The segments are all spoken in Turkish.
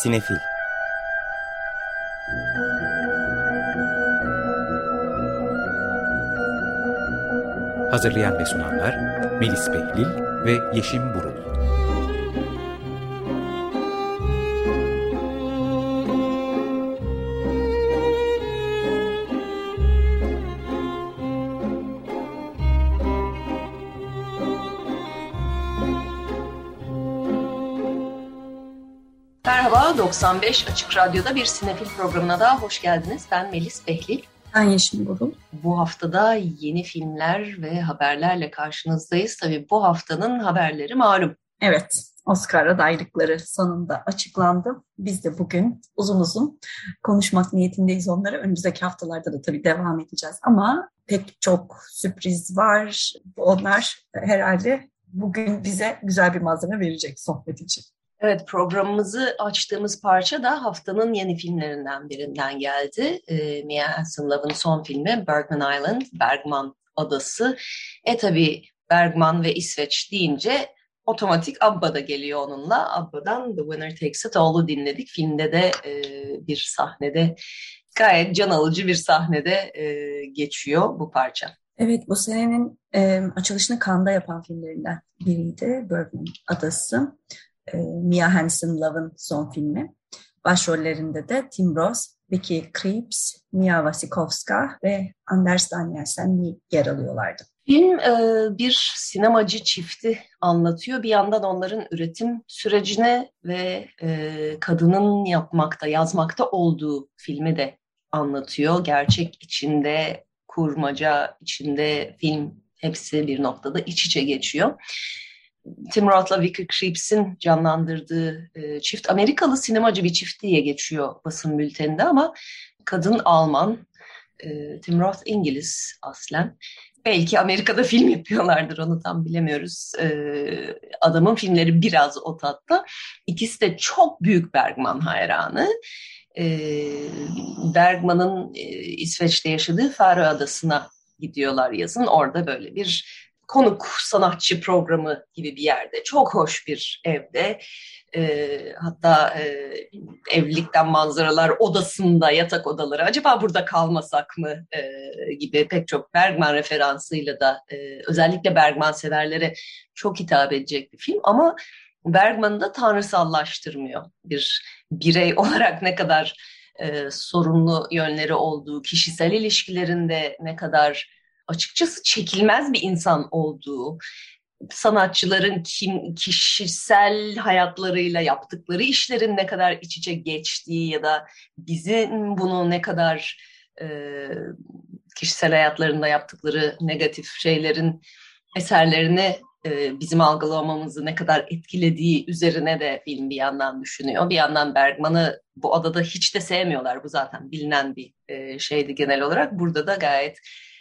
Sinefil. Hazırlayan ve sunanlar Melis Behlil ve Yeşim Burul. Merhaba, 95 Açık Radyo'da bir sinefil programına daha hoş geldiniz. Ben Melis Behlil. Ben Yeşim Burul. Bu haftada yeni filmler ve haberlerle karşınızdayız. Tabii bu haftanın haberleri malum. Evet, Oscar adaylıkları sonunda açıklandı. Biz de bugün uzun uzun konuşmak niyetindeyiz onları. Önümüzdeki haftalarda da tabii devam edeceğiz. Ama pek çok sürpriz var. Onlar herhalde bugün bize güzel bir malzeme verecek sohbet için. Evet, programımızı açtığımız parça da haftanın yeni filmlerinden birinden geldi. Mia Hansen-Løve'ın son filmi Bergman Island, Bergman Adası. Tabii Bergman ve İsveç deyince otomatik ABBA da geliyor onunla. ABBA'dan The Winner Takes It All'u dinledik. Filmde de bir sahnede, gayet can alıcı bir sahnede geçiyor bu parça. Evet, bu senenin açılışını Cannes'da yapan filmlerinden biriydi Bergman Adası. Mia Hansen-Løve'ın son filmi. Başrollerinde de Tim Roth, Vicky Krieps, Mia Wasikowska ve Anders Danielsen yer alıyorlardı. Film bir sinemacı çifti anlatıyor. Bir yandan onların üretim sürecine ve kadının yapmakta, yazmakta olduğu filmi de anlatıyor. Gerçek içinde, kurmaca içinde film hepsi bir noktada iç içe geçiyor. Tim Roth'la Vicky Kriephs'in canlandırdığı çift Amerikalı sinemacı bir çift diye geçiyor basın bülteninde ama kadın Alman, Tim Roth İngiliz aslen. Belki Amerika'da film yapıyorlardır, onu tam bilemiyoruz. Adamın filmleri biraz o tatta. İkisi de çok büyük Bergman hayranı. Bergman'ın İsveç'te yaşadığı Faroe Adası'na gidiyorlar yazın. Orada böyle bir konuk sanatçı programı gibi bir yerde. Çok hoş bir evde. Hatta evlilikten manzaralar odasında, yatak odaları. Acaba burada kalmasak mı gibi pek çok Bergman referansıyla da özellikle Bergman severlere çok hitap edecek bir film. Ama Bergman'ı da tanrısallaştırmıyor. Bir birey olarak ne kadar sorunlu yönleri olduğu, kişisel ilişkilerinde ne kadar açıkçası çekilmez bir insan olduğu, sanatçıların kişisel hayatlarıyla yaptıkları işlerin ne kadar iç içe geçtiği ya da bizim bunu ne kadar kişisel hayatlarında yaptıkları negatif şeylerin eserlerini bizim algılamamızı ne kadar etkilediği üzerine de film bir yandan düşünüyor. Bir yandan Bergman'ı bu adada hiç de sevmiyorlar. Bu zaten bilinen bir şeydi genel olarak. Burada da gayet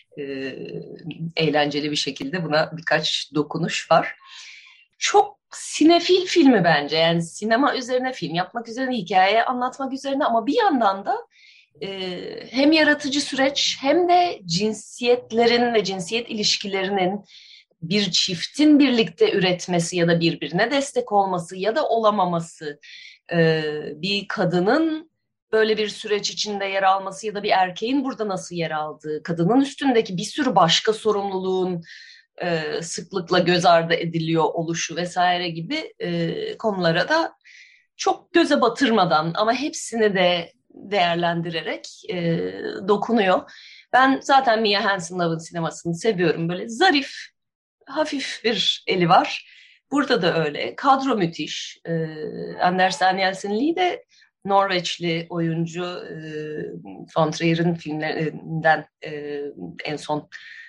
eğlenceli bir şekilde buna birkaç dokunuş var. Çok sinefil filmi bence. Yani sinema üzerine film yapmak üzerine, hikaye anlatmak üzerine ama bir yandan da hem yaratıcı süreç hem de cinsiyetlerin ve cinsiyet ilişkilerinin bir çiftin birlikte üretmesi ya da birbirine destek olması ya da olamaması, bir kadının böyle bir süreç içinde yer alması ya da bir erkeğin burada nasıl yer aldığı, kadının üstündeki bir sürü başka sorumluluğun sıklıkla göz ardı ediliyor oluşu vesaire gibi konulara da çok göze batırmadan ama hepsini de değerlendirerek dokunuyor. Ben zaten Mia Hansen-Løve'ın sinemasını seviyorum. Böyle zarif, hafif bir eli var. Burada da öyle. Kadro müthiş. Anders Danielsen Lie de Norveçli oyuncu, von Trier'in filmlerinden en son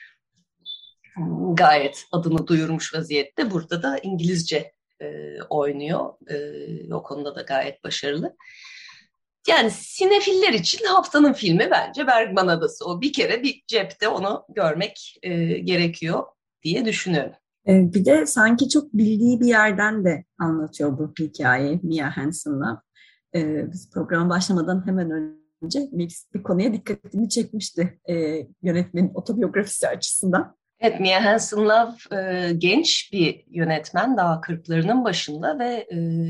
gayet adını duyurmuş vaziyette. Burada da İngilizce oynuyor. O konuda da gayet başarılı. Yani sinefiller için haftanın filmi bence Bergman Adası. O bir kere bir cepte onu görmek gerekiyor diye düşünüyorum. Bir de sanki çok bildiği bir yerden de anlatıyor bu hikayeyi Mia Hansen'la. Biz program başlamadan hemen önce bir konuya dikkatimi çekmişti yönetmenin otobiyografisi açısından. Evet, Mia Hansen-Løv genç bir yönetmen, daha 40'larının başında ve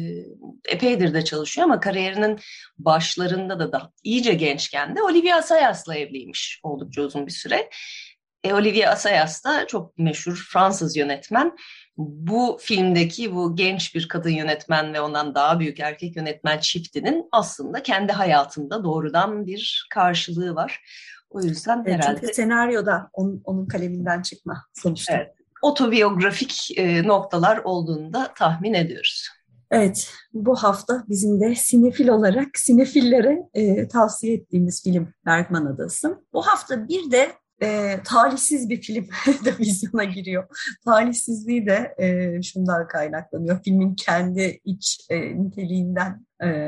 epeydir de çalışıyor ama kariyerinin başlarında da iyice gençken de Olivia Assayas'la evliymiş oldukça uzun bir süre. Olivia Assayas da çok meşhur Fransız yönetmen. Bu filmdeki bu genç bir kadın yönetmen ve ondan daha büyük erkek yönetmen çiftinin aslında kendi hayatında doğrudan bir karşılığı var. O yüzden herhalde... Çünkü senaryoda onun kaleminden çıkma sonuçta. Evet, otobiyografik noktalar olduğunu da tahmin ediyoruz. Evet, bu hafta bizim de sinefil olarak sinefillere tavsiye ettiğimiz film Bergman Adası. Bu hafta bir de talihsiz bir film de vizyona giriyor. Talihsizliği de şundan kaynaklanıyor. Filmin kendi iç niteliğinden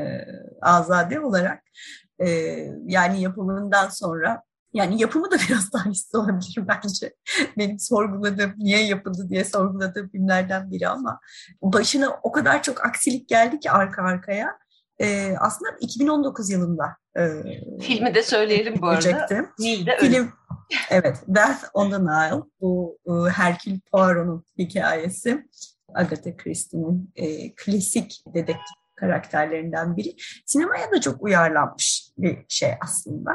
azade olarak. Yani yapımından sonra, yani yapımı da biraz talihsiz olabilir bence. Benim sorguladığım, niye yapıldı diye sorguladığım filmlerden biri ama başına o kadar çok aksilik geldi ki arka arkaya. Aslında 2019 yılında filmi de söyleyelim bu arada. Nil'de Film, evet, Death on the Nile. Bu Hercule Poirot'un hikayesi. Agatha Christie'nin klasik dedektif karakterlerinden biri. Sinemaya da çok uyarlanmış bir şey aslında.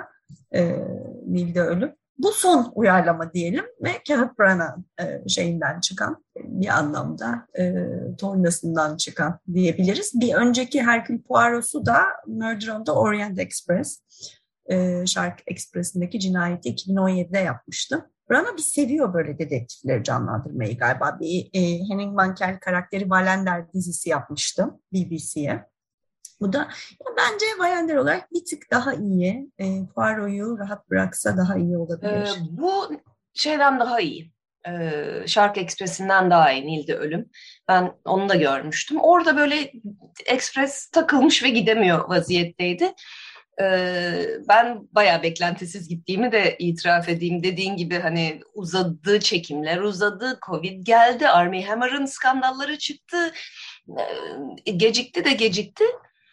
Nil'de Ölüm. Bu son uyarlama diyelim ve Kenneth Branagh şeyinden çıkan, bir anlamda tornasından çıkan diyebiliriz. Bir önceki Hercule Poirot'u da Murder on the Orient Express, Shark Express'indeki cinayeti 2017'de yapmıştı. Branagh bir seviyor böyle dedektifleri canlandırmayı galiba. Bir Henning Mankell karakteri Wallander dizisi yapmıştı BBC'ye. Bu da bence Wallander olarak bir tık daha iyi. Poirot'u rahat bıraksa daha iyi olabilir. Bu şeyden daha iyi. Shark Express'inden daha iyi Nil'de Ölüm. Ben onu da görmüştüm. Orada böyle Express takılmış ve gidemiyor vaziyetteydi. Ben bayağı beklentisiz gittiğimi de itiraf edeyim. Dediğin gibi hani uzadı, çekimler uzadı, Covid geldi, Armie Hammer'ın skandalları çıktı. Gecikti de gecikti.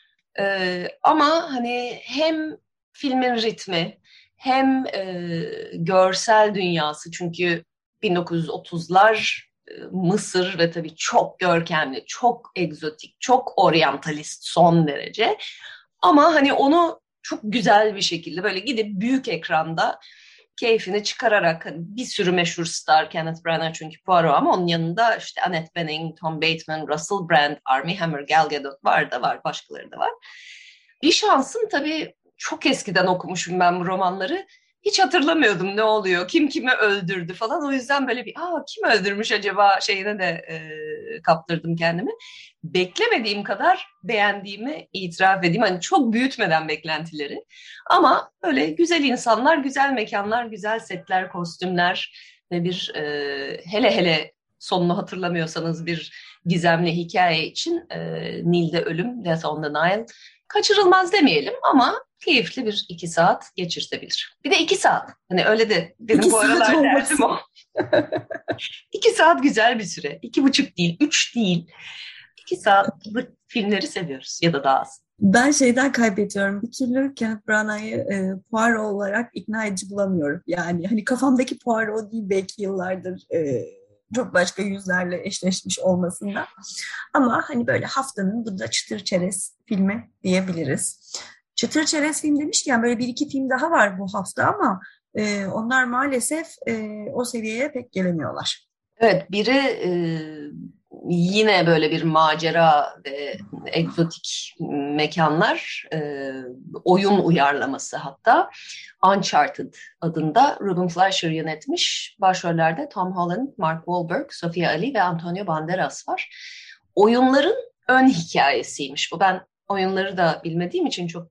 Ama hani hem filmin ritmi hem görsel dünyası, çünkü 1930'lar Mısır ve tabii çok görkemli, çok egzotik, çok oryantalist son derece. Ama hani onu çok güzel bir şekilde böyle gidip büyük ekranda keyfini çıkararak, hani bir sürü meşhur star, Kenneth Branagh çünkü Poirot, ama onun yanında işte Annette Bening, Tom Bateman, Russell Brand, Armie Hammer, Gal Gadot var, başkaları da var. Bir şansım, tabii çok eskiden okumuşum ben bu romanları. Hiç hatırlamıyordum ne oluyor, kim kimi öldürdü falan. O yüzden böyle bir kim öldürmüş acaba şeyine de kaptırdım kendimi. Beklemediğim kadar beğendiğimi itiraf edeyim. Hani çok büyütmeden beklentileri. Ama böyle güzel insanlar, güzel mekanlar, güzel setler, kostümler ve bir hele hele sonunu hatırlamıyorsanız bir gizemli hikaye için Nil'de Ölüm, Death on the Nile kaçırılmaz demeyelim ama keyifli bir 2 saat geçirtebilir. Bir de 2 saat. Hani öyle de benim bu aralar derdim o. 2 saat güzel bir süre. 2,5 değil, 3 değil. 2 saatlik filmleri seviyoruz ya da daha az. Ben şeyden kaybediyorum. Bir türlü Kenneth Branagh'ı Poirot olarak ikna edici bulamıyorum. Yani hani kafamdaki Poirot değil, belki yıllardır çok başka yüzlerle eşleşmiş olmasından. Ama hani böyle haftanın bu da çıtır çerez filmi diyebiliriz. Çıtır çerez film demişken böyle bir iki film daha var bu hafta ama onlar maalesef o seviyeye pek gelemiyorlar. Evet, biri yine böyle bir macera ve egzotik mekanlar, oyun uyarlaması hatta. Uncharted adında, Ruben Fleischer yönetmiş. Başrollerde Tom Holland, Mark Wahlberg, Sofia Ali ve Antonio Banderas var. Oyunların ön hikayesiymiş bu. Ben oyunları da bilmediğim için çok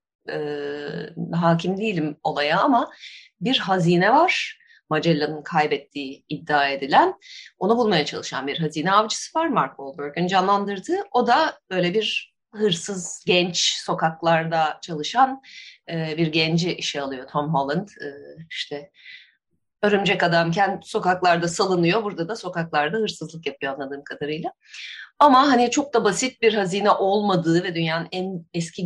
hakim değilim olaya ama bir hazine var. Magellan'ın kaybettiği iddia edilen, onu bulmaya çalışan bir hazine avcısı var, Mark Wahlberg'in canlandırdığı. O da böyle bir hırsız genç, sokaklarda çalışan bir genci işe alıyor Tom Holland. İşte Örümcek Adam kendi sokaklarda salınıyor. Burada da sokaklarda hırsızlık yapıyor anladığım kadarıyla. Ama hani çok da basit bir hazine olmadığı ve dünyanın en eski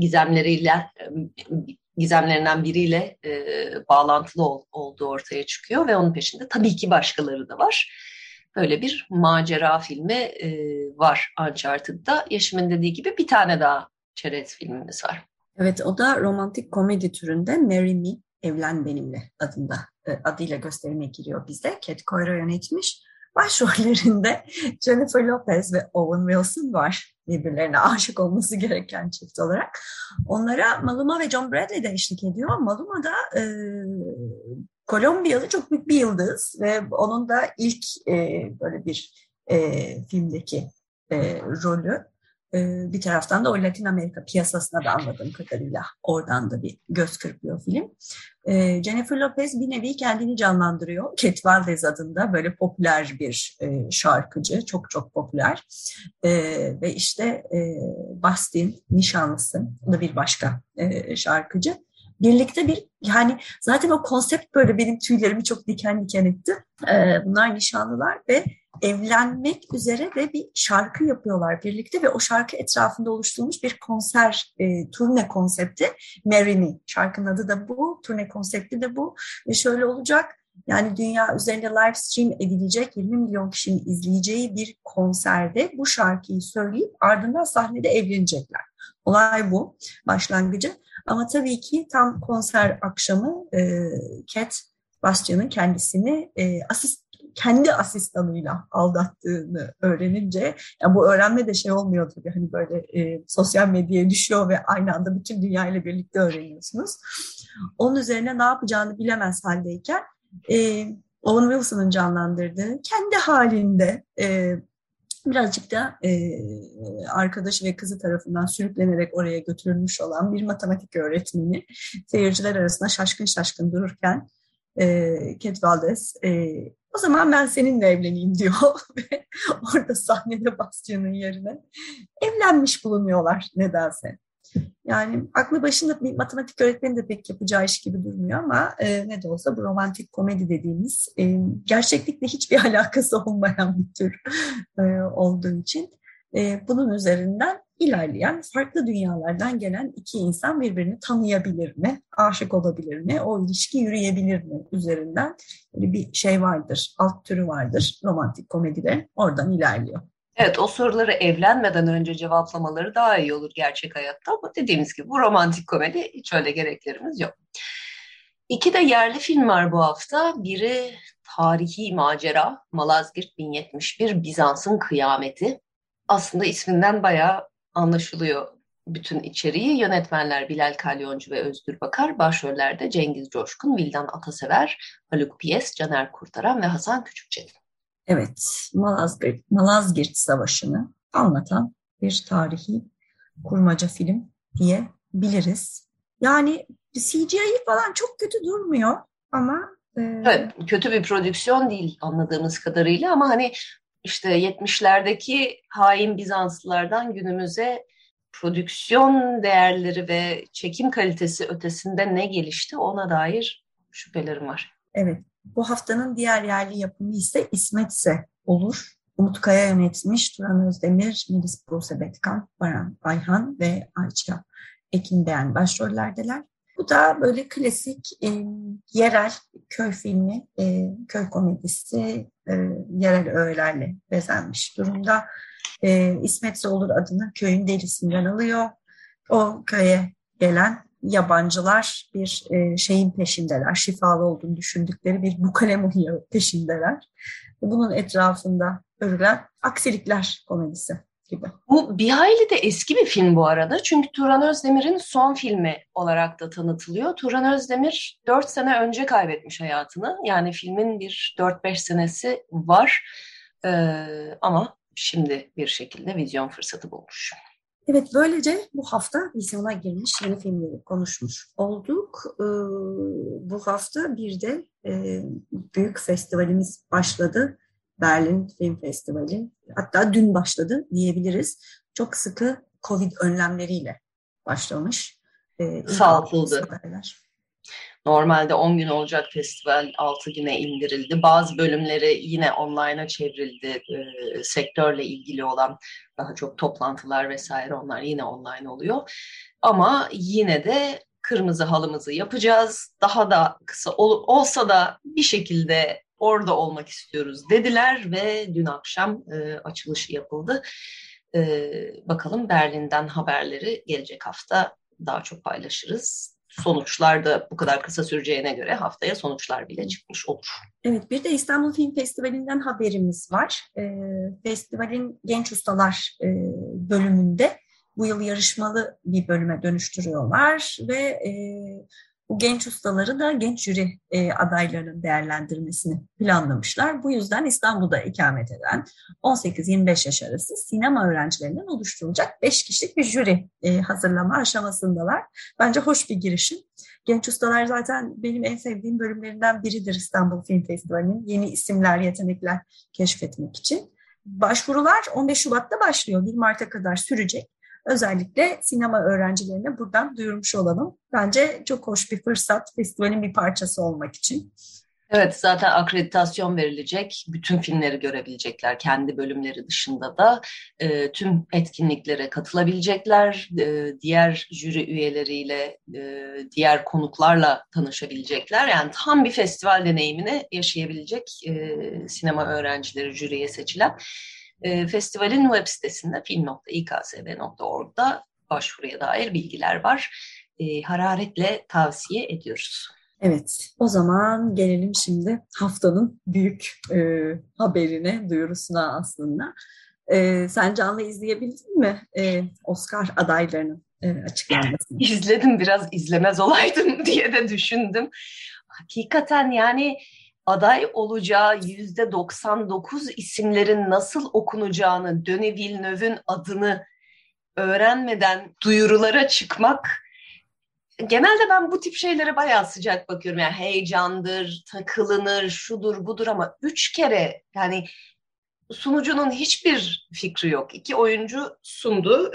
gizemlerinden biriyle bağlantılı olduğu ortaya çıkıyor ve onun peşinde tabii ki başkaları da var. Böyle bir macera filmi var Uncharted'da. Yeşim'in dediği gibi bir tane daha çerez filmimiz var. Evet, o da romantik komedi türünde Marry Me, Evlen Benimle adıyla gösterime giriyor bizde. Cat Coiro yönetmiş. Başrollerinde Jennifer Lopez ve Owen Wilson var. Birbirlerine aşık olması gereken çift olarak. Onlara Maluma ve John Bradley de eşlik ediyor. Maluma da Kolombiyalı çok büyük bir yıldız ve onun da ilk böyle bir filmdeki rolü. Bir taraftan da o Latin Amerika piyasasına da anladığım kadarıyla oradan da bir göz kırpıyor film. Jennifer Lopez bir nevi kendini canlandırıyor. Cat Valdez adında böyle popüler bir şarkıcı, çok çok popüler. Ve işte Bastien nişanlısı, o da bir başka şarkıcı. Birlikte yani zaten o konsept böyle benim tüylerimi çok diken diken etti. Bunlar nişanlılar ve evlenmek üzere ve bir şarkı yapıyorlar birlikte ve o şarkı etrafında oluşturulmuş bir konser, turne konsepti Marry Me. Şarkının adı da bu, turne konsepti de bu ve şöyle olacak. Yani dünya üzerinde live stream edilecek 20 milyon kişinin izleyeceği bir konserde bu şarkıyı söyleyip ardından sahnede evlenecekler. Olay bu, başlangıcı. Ama tabii ki tam konser akşamı Cat Bastian'ın kendisini kendi asistanıyla aldattığını öğrenince, yani bu öğrenme de şey olmuyor tabii, hani böyle sosyal medyaya düşüyor ve aynı anda bütün dünya ile birlikte öğreniyorsunuz. Onun üzerine ne yapacağını bilemez haldeyken Owen Wilson'ın canlandırdığı kendi halinde birazcık da arkadaşı ve kızı tarafından sürüklenerek oraya götürülmüş olan bir matematik öğretmeni seyirciler arasında şaşkın şaşkın dururken Cat Valdez o zaman ben seninle evleneyim diyor ve orada sahnede Bastian'ın yerine evlenmiş bulunuyorlar nedense. Yani aklı başında bir matematik öğretmeni de pek yapacağı iş gibi durmuyor ama ne de olsa bu romantik komedi dediğimiz gerçeklikle hiçbir alakası olmayan bir tür olduğu için bunun üzerinden ilerleyen farklı dünyalardan gelen iki insan birbirini tanıyabilir mi, aşık olabilir mi, o ilişki yürüyebilir mi üzerinden böyle bir şey vardır, alt türü vardır romantik komedide, oradan ilerliyor. Evet, o soruları evlenmeden önce cevaplamaları daha iyi olur gerçek hayatta ama dediğimiz gibi bu romantik komedi hiç öyle gereklerimiz yok. İki de yerli film var bu hafta. Biri tarihi macera, Malazgirt 1071 Bizans'ın kıyameti. Aslında isminden bayağı anlaşılıyor bütün içeriği. Yönetmenler Bilal Kalyoncu ve Özgür Bakar. Başrollerde Cengiz Coşkun, Vildan Atasever, Haluk Piyes, Caner Kurtaran ve Hasan Küçükçetin. Evet, Malazgirt Savaşı'nı anlatan bir tarihi kurmaca film diyebiliriz. Yani CGI falan çok kötü durmuyor ama... Evet, kötü bir prodüksiyon değil anladığımız kadarıyla ama hani işte 70'lerdeki hain Bizanslılardan günümüze prodüksiyon değerleri ve çekim kalitesi ötesinde ne gelişti ona dair şüphelerim var. Evet. Bu haftanın diğer yerli yapımı ise İsmetse olur. Umut Kaya yönetmiş, Turan Özdemir, Melis Buse Betkan, Baran Ayhan ve Ayça Ekinbeğen başrollerdeler. Bu da böyle klasik yerel köy filmi, köy komedisi, yerel öğelerle bezenmiş durumda. İsmetse olur adını köyün delisinden alıyor. O köye gelen yabancılar bir şeyin peşindeler, şifalı olduğunu düşündükleri bir bukalemunya peşindeler. Bunun etrafında örülen aksilikler komedisi gibi. Bu bir hayli de eski bir film bu arada. Çünkü Turan Özdemir'in son filmi olarak da tanıtılıyor. Turan Özdemir 4 sene önce kaybetmiş hayatını. Yani filmin bir 4-5 senesi var. Ama şimdi bir şekilde vizyon fırsatı bulmuş. Evet, böylece bu hafta vizyona girmiş yeni filmleri konuşmuş olduk. Bu hafta bir de büyük festivalimiz başladı. Berlin Film Festivali. Hatta dün başladı diyebiliriz. Çok sıkı Covid önlemleriyle başlamış. Sağlıklıydı. Normalde 10 gün olacak festival 6 güne indirildi. Bazı bölümleri yine online'a çevrildi. Sektörle ilgili olan daha çok toplantılar vesaire onlar yine online oluyor. Ama yine de kırmızı halımızı yapacağız. Daha da kısa olsa da bir şekilde orada olmak istiyoruz dediler ve dün akşam açılışı yapıldı. Bakalım Berlin'den haberleri gelecek hafta daha çok paylaşırız. Sonuçlar da bu kadar kısa süreceğine göre haftaya sonuçlar bile çıkmış olur. Evet, bir de İstanbul Film Festivali'nden haberimiz var. Festivalin Genç Ustalar bölümünde bu yıl yarışmalı bir bölüme dönüştürüyorlar ve bu genç ustaları da genç jüri adaylarının değerlendirmesini planlamışlar. Bu yüzden İstanbul'da ikamet eden 18-25 yaş arası sinema öğrencilerinden oluşturulacak 5 kişilik bir jüri hazırlama aşamasındalar. Bence hoş bir girişim. Genç Ustalar zaten benim en sevdiğim bölümlerinden biridir İstanbul Film Festivali'nin. Yeni isimler, yetenekler keşfetmek için. Başvurular 15 Şubat'ta başlıyor. 1 Mart'a kadar sürecek. Özellikle sinema öğrencilerine buradan duyurmuş olalım. Bence çok hoş bir fırsat festivalin bir parçası olmak için. Evet, zaten akreditasyon verilecek. Bütün filmleri görebilecekler. Kendi bölümleri dışında da tüm etkinliklere katılabilecekler. Diğer jüri üyeleriyle, diğer konuklarla tanışabilecekler. Yani tam bir festival deneyimini yaşayabilecek sinema öğrencileri jüriye seçilen. Festivalin web sitesinde film.iksv.org'da başvuruya dair bilgiler var. Hararetle tavsiye ediyoruz. Evet, o zaman gelelim şimdi haftanın büyük haberine, duyurusuna aslında. Sen canlı izleyebildin mi Oscar adaylarının açıklanmasını? İzledim, biraz izlemez olaydım diye de düşündüm. Hakikaten yani aday olacağı %99 isimlerin nasıl okunacağını, Denis Villeneuve'ün adını öğrenmeden duyurulara çıkmak. Genelde ben bu tip şeylere bayağı sıcak bakıyorum. Yani heyecandır, takılınır, şudur budur ama 3 kere yani sunucunun hiçbir fikri yok. 2 oyuncu sundu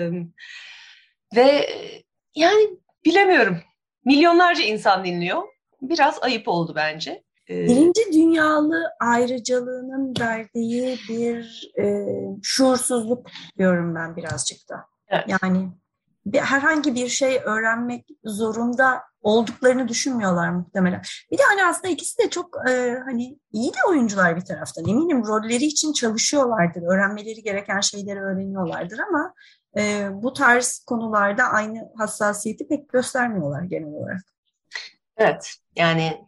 ve yani bilemiyorum. Milyonlarca insan dinliyor. Biraz ayıp oldu bence. Birinci dünyalı ayrıcalığının verdiği bir şuursuzluk diyorum ben birazcık da. Evet. Yani herhangi bir şey öğrenmek zorunda olduklarını düşünmüyorlar muhtemelen. Bir de hani aslında ikisi de çok hani iyi de oyuncular bir taraftan. Eminim rolleri için çalışıyorlardır, öğrenmeleri gereken şeyleri öğreniyorlardır ama bu tarz konularda aynı hassasiyeti pek göstermiyorlar genel olarak. Evet, yani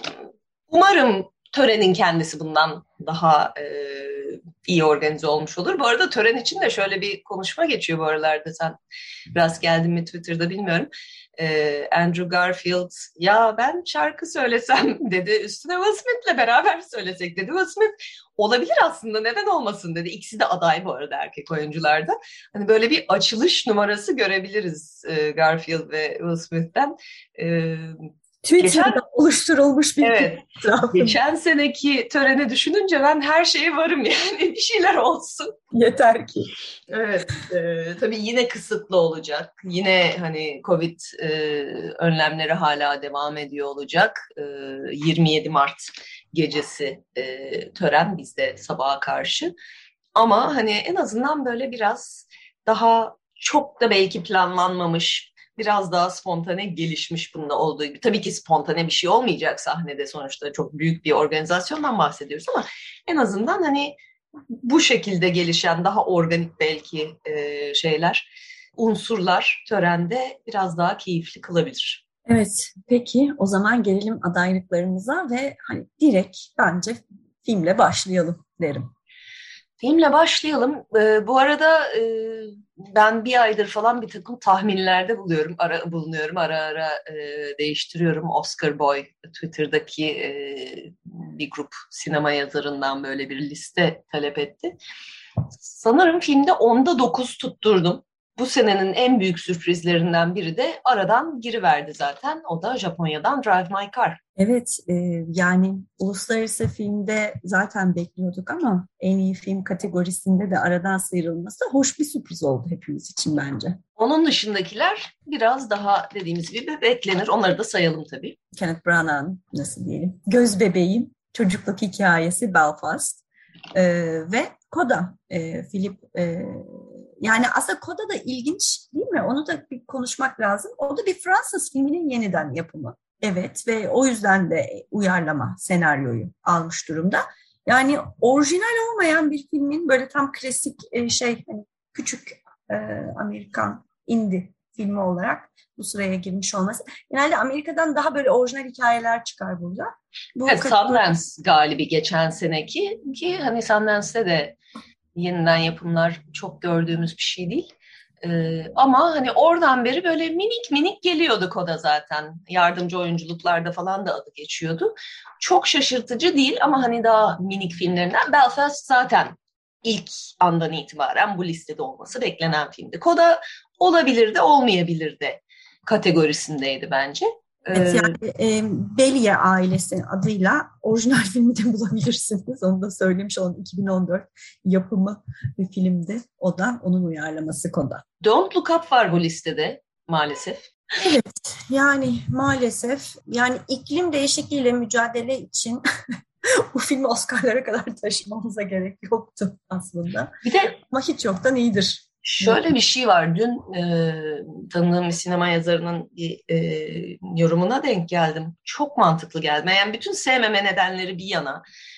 umarım törenin kendisi bundan daha iyi organize olmuş olur. Bu arada tören için de şöyle bir konuşma geçiyor bu aralarda. Sen rast geldin mi Twitter'da bilmiyorum. Andrew Garfield ya ben şarkı söylesem dedi. Üstüne Will Smith'le beraber söylesek dedi. Will Smith olabilir aslında neden olmasın dedi. İkisi de aday bu arada erkek oyuncularda. Hani böyle bir açılış numarası görebiliriz Garfield ve Will Smith'ten. Twitter'da oluşturulmuş bir evet, geçen seneki töreni düşününce ben her şeye varım yani bir şeyler olsun. Yeter ki. Evet, tabii yine kısıtlı olacak. Yine hani Covid önlemleri hala devam ediyor olacak. 27 Mart gecesi tören bizde sabaha karşı. Ama hani en azından böyle biraz daha çok da belki planlanmamış, biraz daha spontane gelişmiş bunda olduğu gibi. Tabii ki spontane bir şey olmayacak sahnede sonuçta çok büyük bir organizasyondan bahsediyoruz ama en azından hani bu şekilde gelişen daha organik belki şeyler, unsurlar törende biraz daha keyifli kılabilir. Evet, peki o zaman gelelim adaylıklarımıza ve hani direkt bence filmle başlayalım derim. Filmle başlayalım. Bu arada ben bir aydır falan bir takım tahminlerde bulunuyorum. Ara ara değiştiriyorum. Oscar Boy Twitter'daki bir grup sinema yazarından böyle bir liste talep etti. Sanırım filmde 10'da 9 tutturdum. bu senenin en büyük sürprizlerinden biri de aradan giriverdi zaten. O da Japonya'dan Drive My Car. Evet, yani uluslararası filmde zaten bekliyorduk ama en iyi film kategorisinde de aradan sıyrılması hoş bir sürpriz oldu hepimiz için bence. Onun dışındakiler biraz daha dediğimiz gibi beklenir. Onları da sayalım tabii. Kenneth Branagh'ın nasıl diyelim, Göz Bebeğim, Çocukluk Hikayesi, Belfast ve Coda, Philip. Yani aslında Coda da ilginç değil mi? Onu da bir konuşmak lazım. O da bir Fransız filminin yeniden yapımı. Evet ve o yüzden de uyarlama senaryoyu almış durumda. Yani orijinal olmayan bir filmin böyle tam klasik hani küçük Amerikan indie filmi olarak bu sıraya girmiş olması. Genelde Amerika'dan daha böyle orijinal hikayeler çıkar burada. Evet, Sundance galibi geçen seneki ki hani Sundance'te de yeniden yapımlar çok gördüğümüz bir şey değil. Ama hani oradan beri böyle minik minik geliyordu Coda zaten. Yardımcı oyunculuklarda falan da adı geçiyordu. Çok şaşırtıcı değil ama hani daha minik filmlerinden. Belfast zaten ilk andan itibaren bu listede olması beklenen filmdi. Coda olabilir de olmayabilir de kategorisindeydi bence. Evet, yani Bellier ailesi adıyla orijinal filmi de bulabilirsiniz. Onu da söylemiş olalım. 2014 yapımı bir filmdi. O da onun uyarlaması Coda. Don't Look Up var bu listede maalesef. Evet, yani maalesef yani iklim değişikliğiyle mücadele için bu filmi Oscar'lara kadar taşımamıza gerek yoktu aslında. Bir de ama hiç yoktan iyidir. Şöyle bir şey var. Dün tanıdığım bir sinema yazarının bir yorumuna denk geldim. Çok mantıklı geldi. Yani bütün sevmeme nedenleri bir yana.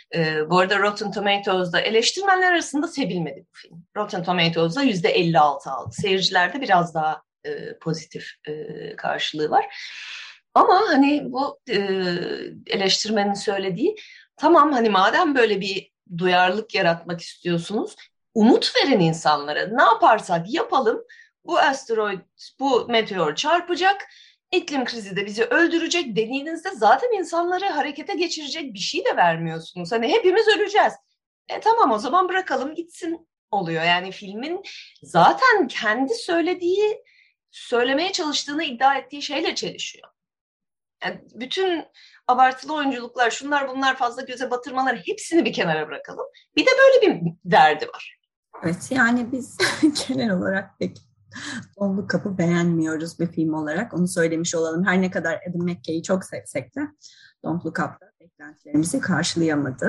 Bu arada Rotten Tomatoes'da eleştirmenler arasında sevilmedi bu film. Rotten Tomatoes'da %56 aldı. Seyircilerde biraz daha pozitif karşılığı var. Ama hani bu eleştirmenin söylediği, tamam hani madem böyle bir duyarlılık yaratmak istiyorsunuz, umut verin insanlara. Ne yaparsak yapalım bu asteroid, bu meteor çarpacak, iklim krizi de bizi öldürecek dediğinizde zaten insanları harekete geçirecek bir şey de vermiyorsunuz. Hani hepimiz öleceğiz. Tamam o zaman bırakalım gitsin oluyor. Yani filmin zaten kendi söylemeye çalıştığını iddia ettiği şeyle çelişiyor. Yani bütün abartılı oyunculuklar, şunlar bunlar fazla göze batırmalar hepsini bir kenara bırakalım. Bir de böyle bir derdi var. Evet, yani biz genel olarak pek Don't Look Up'ı beğenmiyoruz bir film olarak. Onu söylemiş olalım. Her ne kadar Adam McKay'i çok sevsek de Don't Look Up'da beklentilerimizi karşılayamadı.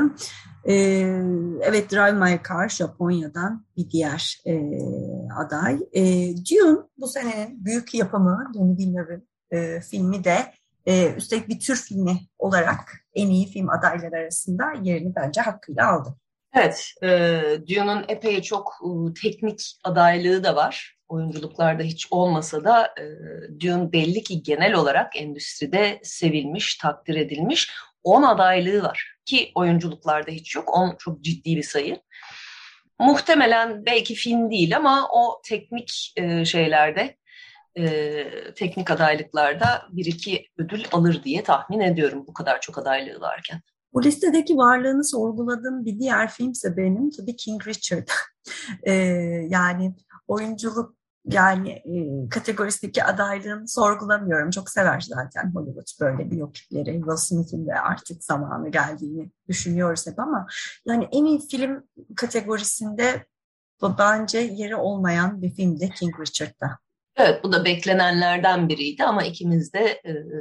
Evet, Drive My Car Japonya'dan bir diğer aday. Dune bu senenin büyük yapımı, Denis Villeneuve'ın filmi de üstelik bir tür filmi olarak en iyi film adayları arasında yerini bence hakkıyla aldı. Evet, Dune'un epey çok teknik adaylığı da var. Oyunculuklarda hiç olmasa da Dune belli ki genel olarak endüstride sevilmiş, takdir edilmiş. 10 adaylığı var ki oyunculuklarda hiç yok. 10 çok ciddi bir sayı. Muhtemelen belki film değil ama o teknik şeylerde, teknik adaylıklarda bir iki ödül alır diye tahmin ediyorum bu kadar çok adaylığı varken. Bu listedeki varlığını sorguladığım bir diğer filmse benim tabii King Richard. Yani oyunculuk kategorisindeki adaylığını sorgulamıyorum. Çok sever zaten Hollywood böyle biyopikleri. Will Smith'in de artık zamanı geldiğini düşünüyoruz hep ama yani en iyi film kategorisinde bence yeri olmayan bir filmdi King Richard'da. Evet, bu da beklenenlerden biriydi ama ikimiz de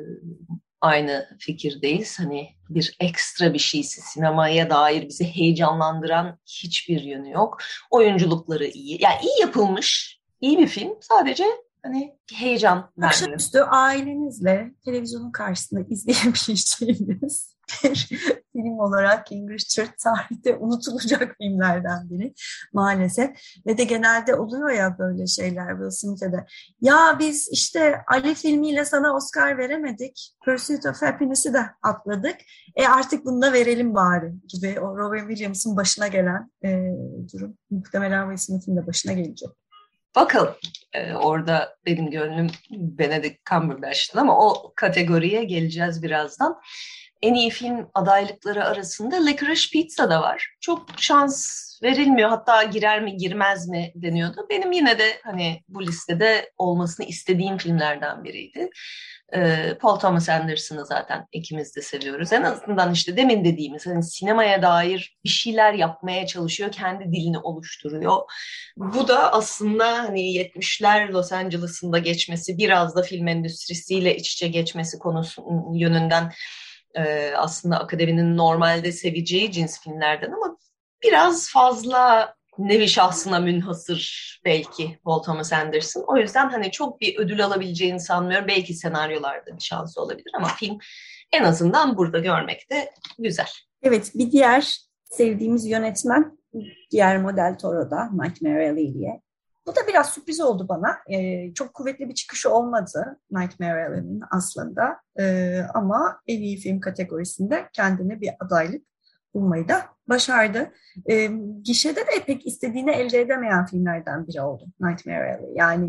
aynı fikirdeyiz. Hani bir ekstra bir şeysi, sinemaya dair bizi heyecanlandıran hiçbir yönü yok. Oyunculukları iyi. Yani iyi yapılmış, iyi bir film. Sadece hani heyecan vermiyor. Akşamüstü ailenizle televizyonun karşısında izleyebileceğiniz bir film olarak King Richard tarihte unutulacak filmlerden biri maalesef. Ve de genelde oluyor ya böyle şeyler Will Smith'e de. Ya biz işte Ali filmiyle sana Oscar veremedik. Pursuit of Happiness'i de atladık. Artık bunu da verelim bari gibi o Robin Williams'ın başına gelen durum. Muhtemelen Will Smith'in de başına gelecek. Bakalım. Orada benim gönlüm Benedict Cumberbatch'tı ama o kategoriye geleceğiz birazdan. en iyi film adaylıkları arasında Licorice Pizza da var. Çok şans verilmiyor. Hatta girer mi girmez mi deniyordu. Benim yine de hani bu listede olmasını istediğim filmlerden biriydi. Paul Thomas Anderson'ı zaten ikimiz de seviyoruz. En azından işte demin dediğimiz hani sinemaya dair bir şeyler yapmaya çalışıyor. Kendi dilini oluşturuyor. Bu da aslında hani 70'ler Los Angeles'ında geçmesi, biraz da film endüstrisiyle iç içe geçmesi konusu yönünden aslında akademinin normalde seveceği cins filmlerden ama biraz fazla nevi şahsına münhasır belki Paul Thomas Anderson. O yüzden hani çok bir ödül alabileceğini sanmıyorum. Belki senaryolarda bir şansı olabilir ama film en azından burada görmek de güzel. Evet, bir diğer sevdiğimiz yönetmen Guillermo del Toro'da Nightmare Alley diye. Bu da biraz sürpriz oldu bana. Çok kuvvetli bir çıkışı olmadı Nightmare Alley'nin aslında. Ama en iyi film kategorisinde kendine bir adaylık bulmayı da başardı. Gişede de pek istediğini elde edemeyen filmlerden biri oldu Nightmare Alley. Yani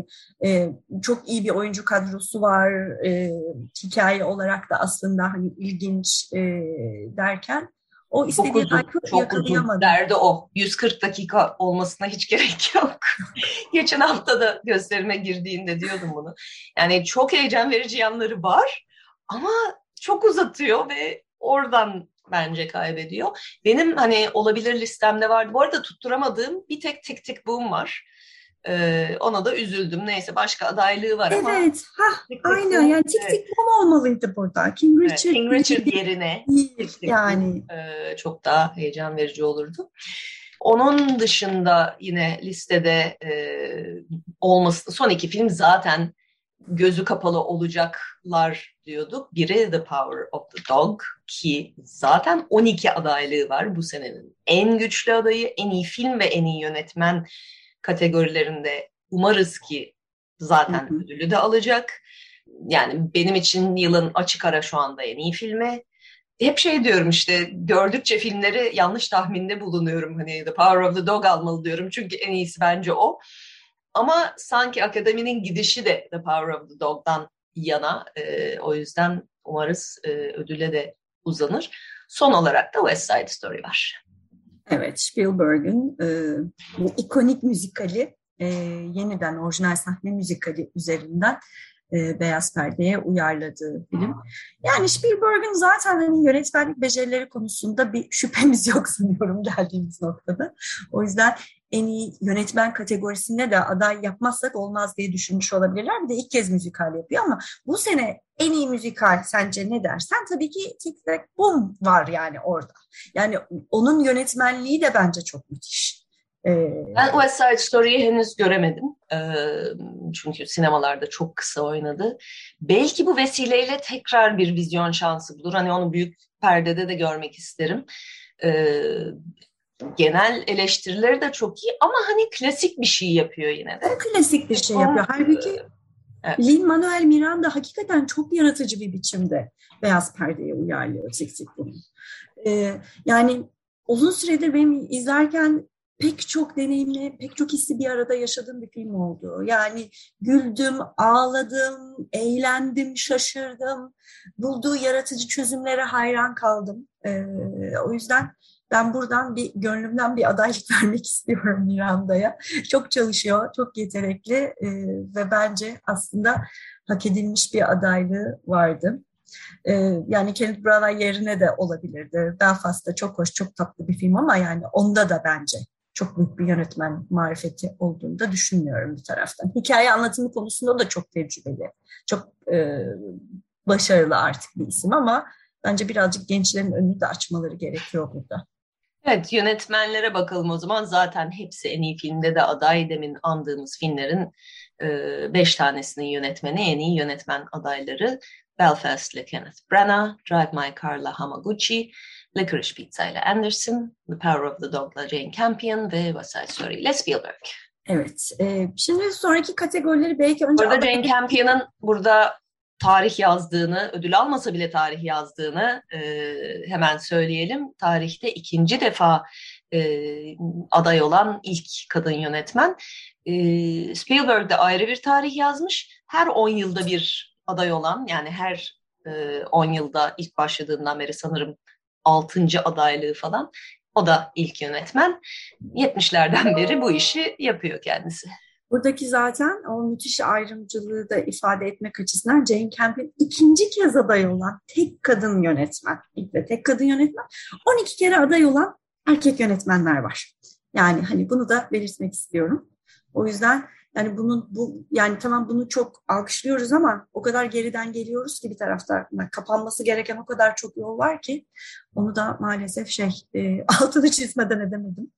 çok iyi bir oyuncu kadrosu var. Hikaye olarak da aslında hani ilginç derken o istediği like'ı yakalayamadı. Derdi o. 140 dakika olmasına hiç gerek yok. Geçen hafta da gösterime girdiğinde diyordum bunu. Yani çok heyecan verici yanları var ama çok uzatıyor ve oradan bence kaybediyor. Benim hani olabilir listemde vardı. Bu arada tutturamadığım bir tek Tick Tick Boom var. Ona da üzüldüm. Neyse başka adaylığı var ama. Evet, aynen. Yani Tick Tick Boom olmalıydı burada. King Richard yerine değil, yani. Çok daha heyecan verici olurdu. Onun dışında yine listede olması, son iki film zaten gözü kapalı olacaklar diyorduk. Biri The Power of the Dog ki zaten 12 adaylığı var bu senenin. En güçlü adayı, en iyi film ve en iyi yönetmen kategorilerinde umarız ki zaten ödülü de alacak. Yani benim için yılın açık ara şu anda en iyi filmi. Hep şey diyorum işte gördükçe filmleri yanlış tahminde bulunuyorum. Hani The Power of the Dog almalı diyorum çünkü en iyisi bence o. Ama sanki akademinin gidişi de The Power of the Dog'dan yana. O yüzden umarız ödüle de uzanır. Son olarak da West Side Story var. Evet, Spielberg'in bu ikonik müzikali yeniden orijinal sahne müzikali üzerinden beyaz perdeye uyarladığı film. Yani Spielberg'in zaten hani yönetmenlik becerileri konusunda bir şüphemiz yok sanıyorum geldiğimiz noktada. O yüzden en iyi yönetmen kategorisinde de aday yapmazsak olmaz diye düşünmüş olabilirler. Bir de ilk kez müzikal yapıyor ama bu sene en iyi müzikal sence ne dersen tabii ki Tick Tick Boom var yani orada. Yani onun yönetmenliği de bence çok müthiş. Ben West Side Story'yi henüz göremedim. Çünkü sinemalarda çok kısa oynadı. Belki bu vesileyle tekrar bir vizyon şansı bulur. Hani onu büyük perdede de görmek isterim. Genel eleştirileri de çok iyi ama hani klasik bir şey yapıyor yine de. Klasik bir şey yapıyor. Halbuki evet. Lin-Manuel Miranda hakikaten çok yaratıcı bir biçimde beyaz perdeye uyarlıyor Tick Tick Boom. Yani uzun süredir benim izlerken pek çok deneyimli, pek çok hissi bir arada yaşadığım bir film oldu. Yani güldüm, ağladım, eğlendim, şaşırdım. Bulduğu yaratıcı çözümlere hayran kaldım. O yüzden ben buradan gönlümden bir adaylık vermek istiyorum Miranda'ya. Çok çalışıyor, çok yetenekli ve bence aslında hak edilmiş bir adaylığı vardı. Yani Kenneth Branagh yerine de olabilirdi. Belfast'ta çok hoş, çok tatlı bir film ama yani onda da bence çok büyük bir yönetmen marifeti olduğunu da düşünmüyorum bir taraftan. Hikaye anlatımı konusunda da çok tecrübeli, çok başarılı artık bir isim ama bence birazcık gençlerin önünü de açmaları gerekiyor burada. Evet, yönetmenlere bakalım o zaman. Zaten hepsi en iyi filmde de aday. Demin andığımız filmlerin 5 tanesinin yönetmeni, en iyi yönetmen adayları. Belfast'le Kenneth Branagh, Drive My Car'la Hamaguchi, Licorice Pizza ile Anderson, The Power of the Dog'la Jane Campion ve West Side Story ile Spielberg. Evet, şimdi sonraki kategorileri belki önce... Burada Jane Campion'ın burada tarih yazdığını, ödül almasa bile tarih yazdığını hemen söyleyelim. Tarihte 2. defa aday olan ilk kadın yönetmen. Spielberg de ayrı bir tarih yazmış. Her 10 yılda bir aday olan, yani her 10 yılda ilk başladığından beri sanırım 6. adaylığı falan. O da ilk yönetmen. 70'lerden beri bu işi yapıyor kendisi. Buradaki zaten o müthiş ayrımcılığı da ifade etmek açısından Jane Campion ikinci kez aday olan tek kadın yönetmen. İlk ve tek kadın yönetmen. 12 kere aday olan erkek yönetmenler var. Yani hani bunu da belirtmek istiyorum. O yüzden yani yani tamam bunu çok alkışlıyoruz ama o kadar geriden geliyoruz ki bir tarafta kapanması gereken o kadar çok yol var ki onu da maalesef altını çizmeden edemedim.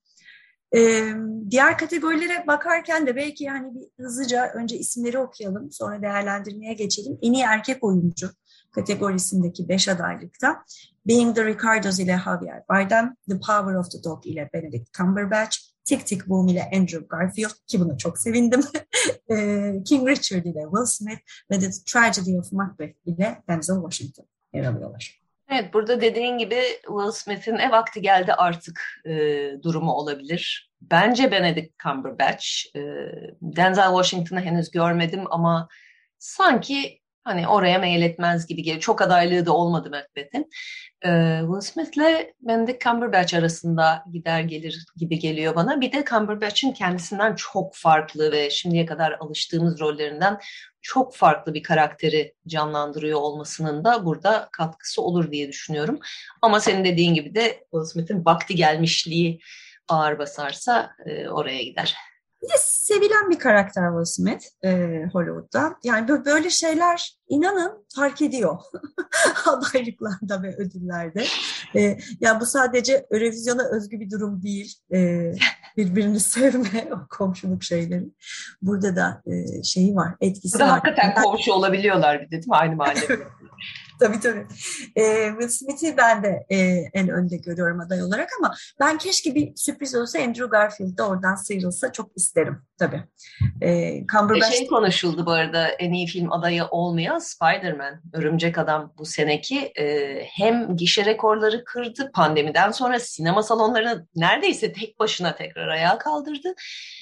Diğer kategorilere bakarken de belki yani bir hızlıca önce isimleri okuyalım, sonra değerlendirmeye geçelim. En iyi erkek oyuncu kategorisindeki 5 adaylıkta Being the Ricardos ile Javier Bardem, The Power of the Dog ile Benedict Cumberbatch, Tick Tick Boom ile Andrew Garfield ki buna çok sevindim, King Richard ile Will Smith ve The Tragedy of Macbeth ile Denzel Washington yer alıyorlar. Evet, burada dediğin gibi Will Smith'in vakti geldi artık durumu olabilir. Bence Benedict Cumberbatch. Denzel Washington'ı henüz görmedim ama sanki hani oraya meyil etmez gibi geliyor. Çok adaylığı da olmadı Macbeth'in. Will Smith'le Benedict Cumberbatch arasında gider gelir gibi geliyor bana. Bir de Cumberbatch'in kendisinden çok farklı ve şimdiye kadar alıştığımız rollerinden çok farklı bir karakteri canlandırıyor olmasının da burada katkısı olur diye düşünüyorum. Ama senin dediğin gibi de Will Smith'in vakti gelmişliği ağır basarsa oraya gider. Bir de sevilen bir karakter Will Smith Hollywood'da. Yani böyle şeyler inanın fark ediyor adaylıklarda ve ödüllerde. Ya bu sadece Eurovision'a özgü bir durum değil. Birbirini sevme, o komşuluk şeyleri. Burada da şeyi var, etkisi burada var. Hakikaten komşu olabiliyorlar bir de değil mi? Aynı mahallede. Tabii. Will Smith'i ben de en önde görüyorum aday olarak ama ben keşke bir sürpriz olsa Andrew Garfield da oradan sıyrılsa çok isterim tabii. Cumberbatch konuşuldu bu arada en iyi film adayı olmayan Spider-Man, Örümcek Adam bu seneki hem gişe rekorları kırdı, pandemiden sonra sinema salonlarını neredeyse tek başına tekrar ayağa kaldırdı.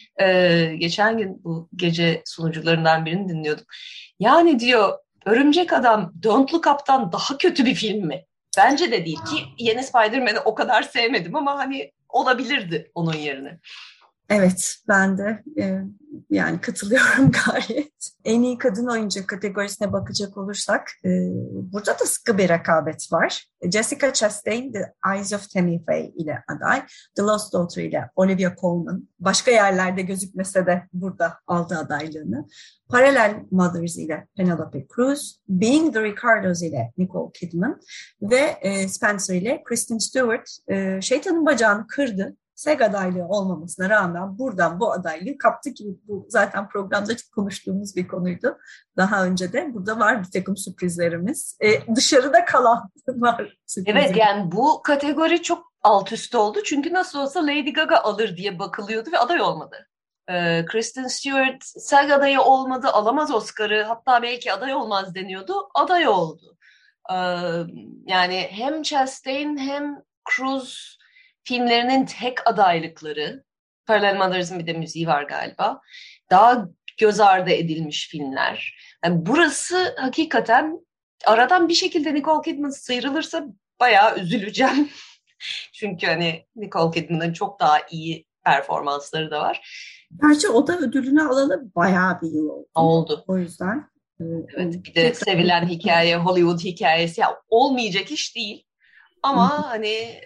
Geçen gün bu gece sunucularından birini dinliyordum. Yani diyor Örümcek Adam Don't Look Up'tan daha kötü bir film mi? Bence de değil ki yeni Spider-Man'i o kadar sevmedim ama hani olabilirdi onun yerine. Evet, ben de yani katılıyorum gayet. En iyi kadın oyuncu kategorisine bakacak olursak burada da sıkı bir rekabet var. Jessica Chastain The Eyes of Tammy Faye ile aday. The Lost Daughter ile Olivia Colman başka yerlerde gözükmese de burada aldı adaylığını. Parallel Mothers ile Penelope Cruz, Being the Ricardos ile Nicole Kidman ve Spencer ile Kristen Stewart şeytanın bacağını kırdı. SEG adaylığı olmamasına rağmen buradan bu adaylığı kaptı ki bu zaten programda konuştuğumuz bir konuydu. Daha önce de burada var bir takım sürprizlerimiz. Dışarıda kalan var sürprizler. Evet yani bu kategori çok alt üst oldu. Çünkü nasıl olsa Lady Gaga alır diye bakılıyordu ve aday olmadı. Kristen Stewart SEG adayı olmadı, alamaz Oscar'ı. Hatta belki aday olmaz deniyordu. Aday oldu. Yani hem Chastain hem Cruz filmlerinin tek adaylıkları, Parallel Mothers'ın bir de müziği var galiba, daha göz ardı edilmiş filmler. Yani burası hakikaten aradan bir şekilde Nicole Kidman sıyrılırsa bayağı üzüleceğim. Çünkü hani Nicole Kidman'ın çok daha iyi performansları da var. Gerçi o da ödülünü alalı bayağı bir yıl oldu. O yüzden. Evet, bir de sevilen hikaye, Hollywood hikayesi. Ya, olmayacak iş değil. Ama hani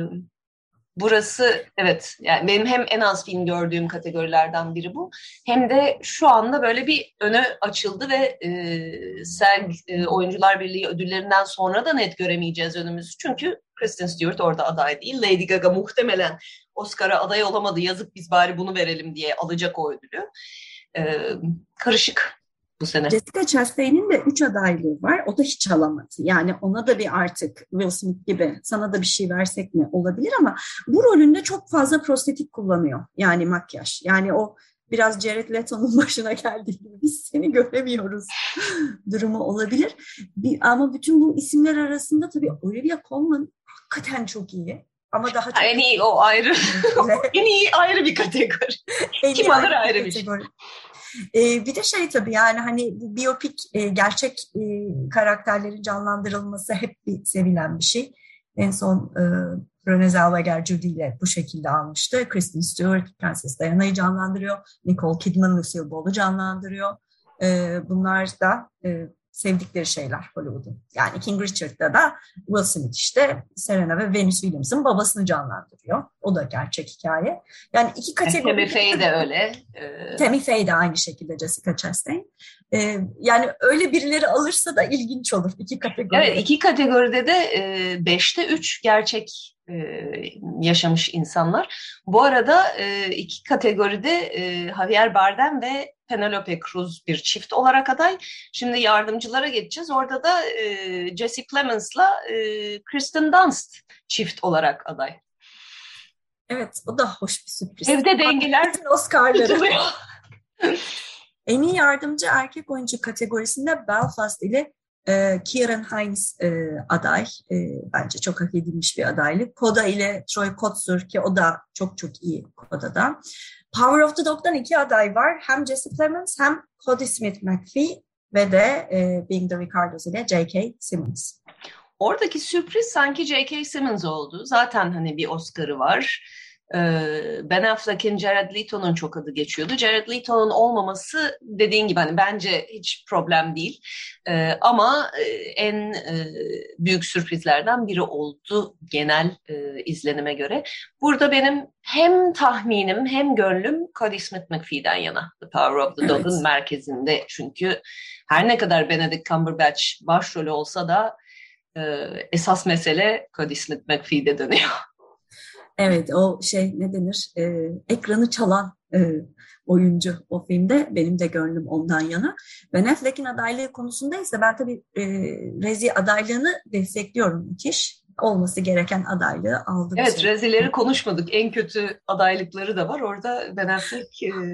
burası evet yani benim hem en az film gördüğüm kategorilerden biri bu. Hem de şu anda böyle bir önü açıldı ve SEG Oyuncular Birliği ödüllerinden sonra da net göremeyeceğiz önümüzü. Çünkü Kristen Stewart orada aday değil. Lady Gaga muhtemelen Oscar'a aday olamadı. Yazık biz bari bunu verelim diye alacak o ödülü. Karışık bu sene. Jessica Chastain'in de 3 adaylığı var. O da hiç alamadı. Yani ona da bir artık Will Smith gibi sana da bir şey versek mi olabilir ama bu rolünde çok fazla prostetik kullanıyor. Yani makyaj. Yani o biraz Jared Leto'nun başına geldiği gibi biz seni göremiyoruz durumu olabilir. Ama bütün bu isimler arasında tabii Olivia Colman hakikaten çok iyi. Ama daha çok en iyi o ayrı. En iyi ayrı bir kategori. Kim alır ayrı bir şey. Bir de şey tabii yani hani biyopik gerçek karakterlerin canlandırılması hep bir sevilen bir şey. En son Renée Zellweger Judy ile bu şekilde almıştı. Kristen Stewart Prenses Diana'yı canlandırıyor. Nicole Kidman Lucille Ball'u canlandırıyor. Bunlar da sevdikleri şeyler Hollywood'un. Yani King Richard'da da Will Smith işte Serena ve Venus Williams'ın babasını canlandırıyor. O da gerçek hikaye. Yani iki kategori. Tammy Faye de öyle. Tammy Faye de aynı şekilde Jessica Chastain. Yani öyle birileri alırsa da ilginç olur iki kategoride. Evet, iki kategoride de 5'te 3 gerçek yaşamış insanlar. Bu arada iki kategoride Javier Bardem ve Penelope Cruz bir çift olarak aday. Şimdi yardımcılara geçeceğiz. Orada da Jesse Plemons'la Kirsten Dunst çift olarak aday. Evet, o da hoş bir sürpriz. Evde dengeler Oscar'ları. En iyi yardımcı erkek oyuncu kategorisinde Belfast ile Ciarán Hinds aday. Bence çok hak edilmiş bir adaylık. Coda ile Troy Kotsur ki o da çok çok iyi Coda'da. Power of the Dog'dan 2 aday var. Hem Jesse Plemons hem Cody Smith-McPhee ve de Being the Ricardos ile J.K. Simmons. Oradaki sürpriz sanki J.K. Simmons oldu. Zaten hani bir Oscar'ı var. Ben Affleck'in Jared Leto'nun çok adı geçiyordu. Jared Leto'nun olmaması dediğin gibi hani bence hiç problem değil. Ama en büyük sürprizlerden biri oldu genel izlenime göre. Burada benim hem tahminim hem gönlüm Cody Smith-McPhee'den yana. The Power of the Dog'un merkezinde. Çünkü her ne kadar Benedict Cumberbatch başrolü olsa da esas mesele Cody Smith-McPhee'de dönüyor. Evet, o şey ne denir? Ekranı çalan oyuncu o filmde. Benim de gönlüm ondan yana. Ben Affleck'in adaylığı konusunda ise ben tabii Rezi adaylığını destekliyorum. Müthiş. Olması gereken adaylığı aldı. Evet, Rezileri konuşmadık. En kötü adaylıkları da var. Orada Ben Affleck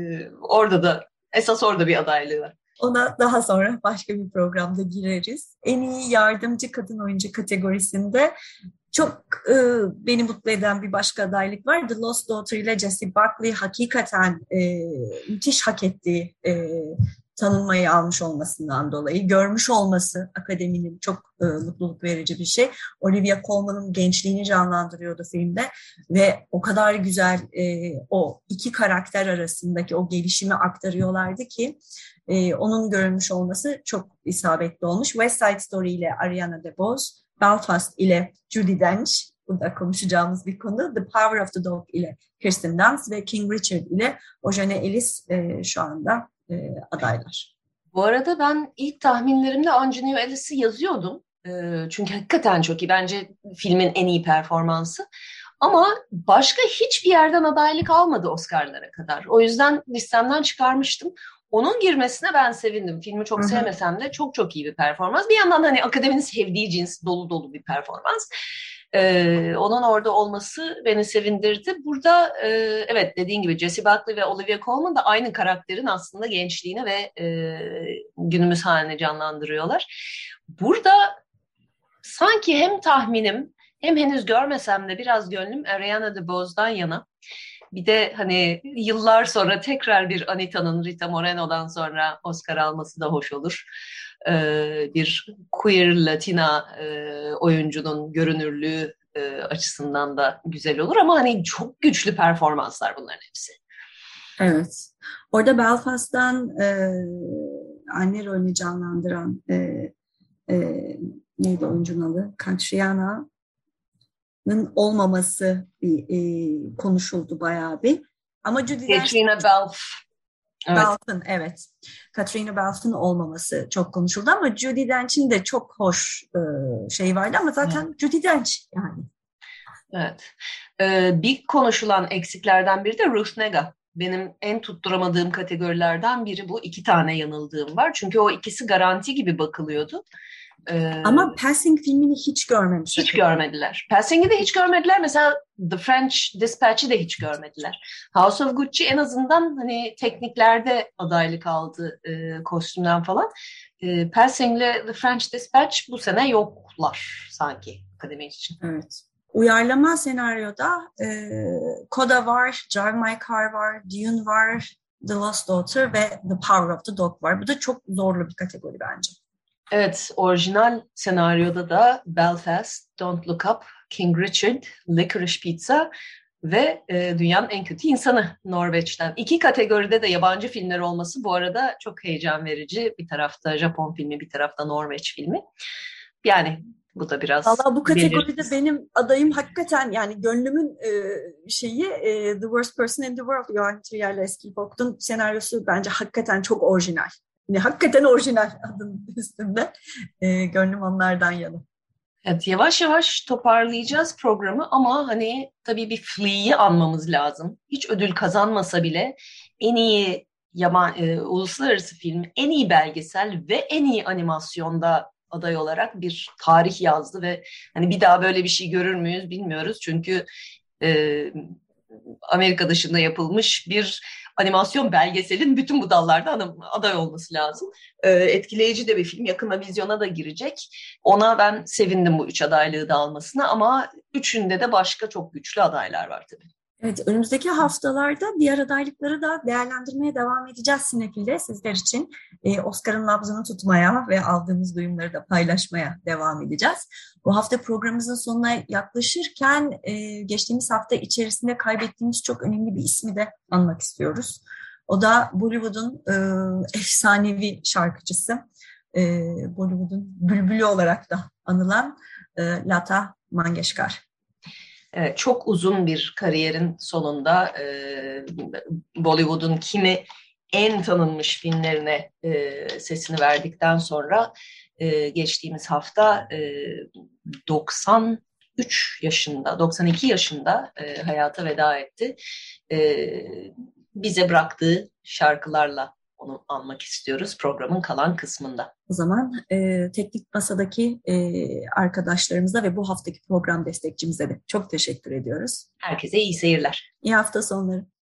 esas orada bir adaylığı var. Ona daha sonra başka bir programda gireriz. En iyi yardımcı kadın oyuncu kategorisinde çok beni mutlu eden bir başka adaylık var. The Lost Daughter ile Jessie Buckley hakikaten müthiş hak ettiği tanınmayı almış olmasından dolayı. Görmüş olması akademinin çok mutluluk verici bir şey. Olivia Colman'ın gençliğini canlandırıyordu filmde ve o kadar güzel o iki karakter arasındaki o gelişimi aktarıyorlardı ki onun görülmüş olması çok isabetli olmuş. West Side Story ile Ariana DeBose, Belfast ile Judi Dench, bu da konuşacağımız bir konu. The Power of the Dog ile Kirsten Dunst ve King Richard ile Eugenie Ellis şu anda adaylar. Bu arada ben ilk tahminlerimde Eugenie Ellis'i yazıyordum. Çünkü hakikaten çok iyi. Bence filmin en iyi performansı. Ama başka hiçbir yerden adaylık almadı Oscar'lara kadar. O yüzden listemden çıkarmıştım. Onun girmesine ben sevindim. Filmi çok sevmesem de çok çok iyi bir performans. Bir yandan hani akademinin sevdiği cins dolu dolu bir performans. Onun orada olması beni sevindirdi. Burada evet dediğin gibi Jessie Buckley ve Olivia Colman da aynı karakterin aslında gençliğini ve günümüz halini canlandırıyorlar. Burada sanki hem tahminim hem henüz görmesem de biraz gönlüm Ariana DeBose'dan yana. Bir de hani yıllar sonra tekrar bir Anita'nın Rita Moreno'dan sonra Oscar alması da hoş olur. Bir queer Latina oyuncunun görünürlüğü açısından da güzel olur ama hani çok güçlü performanslar bunların hepsi. Evet. Orada Belfast'tan anne rolünü canlandıran neydi oyuncunun adı? Catriana'nın olmaması konuşuldu bayağı bir. Ama Katrina Balfe. Balfe'ın evet. Katrina Balfe'ın olmaması çok konuşuldu ama Judi Dench'in de çok hoş şey vardı ama zaten Judi Dench yani. Evet. Bir konuşulan eksiklerden biri de Ruth Negga. Benim en tutturamadığım kategorilerden biri bu. 2 tane yanıldığım var. Çünkü o ikisi garanti gibi bakılıyordu. Ama Passing filmini hiç görmemişler. Hiç görmediler. Passing'i de hiç görmediler. Mesela The French Dispatch'i de hiç görmediler. House of Gucci en azından hani tekniklerde adaylık aldı kostümden falan. Passing'le The French Dispatch bu sene yoklar sanki akademi için. Evet. Uyarlama senaryoda Coda var, Drive My Car var, Dune var, The Lost Daughter ve The Power of the Dog var. Bu da çok zorlu bir kategori bence. Evet, orijinal senaryoda da Belfast, Don't Look Up, King Richard, Licorice Pizza ve Dünyanın En Kötü İnsanı Norveç'ten. 2 kategoride de yabancı filmler olması bu arada çok heyecan verici. Bir tarafta Japon filmi, bir tarafta Norveç filmi. Yani bu da biraz... Valla bu kategoride benim adayım hakikaten yani gönlümün The Worst Person in the World. Johan Trier'le Eski Bok'un senaryosu bence hakikaten çok orijinal. Yani hakikaten orijinal adın üstünde. Gönlüm onlardan yana. Evet, yavaş yavaş toparlayacağız programı ama hani tabii bir Flea'yı anmamız lazım. Hiç ödül kazanmasa bile en iyi uluslararası film, en iyi belgesel ve en iyi animasyonda aday olarak bir tarih yazdı ve hani bir daha böyle bir şey görür müyüz bilmiyoruz. Çünkü Amerika dışında yapılmış bir animasyon belgeselin bütün bu dallarda aday olması lazım. Etkileyici de bir film. Yakında vizyona da girecek. Ona ben sevindim bu 3 adaylığı da almasına ama 3'ünde de başka çok güçlü adaylar var tabii. Evet, önümüzdeki haftalarda diğer adaylıkları da değerlendirmeye devam edeceğiz Sinefil'de sizler için. Oscar'ın nabzını tutmaya ve aldığımız duyumları da paylaşmaya devam edeceğiz. Bu hafta programımızın sonuna yaklaşırken geçtiğimiz hafta içerisinde kaybettiğimiz çok önemli bir ismi de anmak istiyoruz. O da Bollywood'un efsanevi şarkıcısı, Bollywood'un bülbülü olarak da anılan Lata Mangeshkar. Evet, çok uzun bir kariyerin sonunda Bollywood'un kimi en tanınmış filmlerine sesini verdikten sonra geçtiğimiz hafta 92 yaşında hayata veda etti. Bize bıraktığı şarkılarla onu anmak istiyoruz programın kalan kısmında. O zaman teknik masadaki arkadaşlarımıza ve bu haftaki program destekçimize de çok teşekkür ediyoruz. Herkese iyi seyirler. İyi hafta sonları.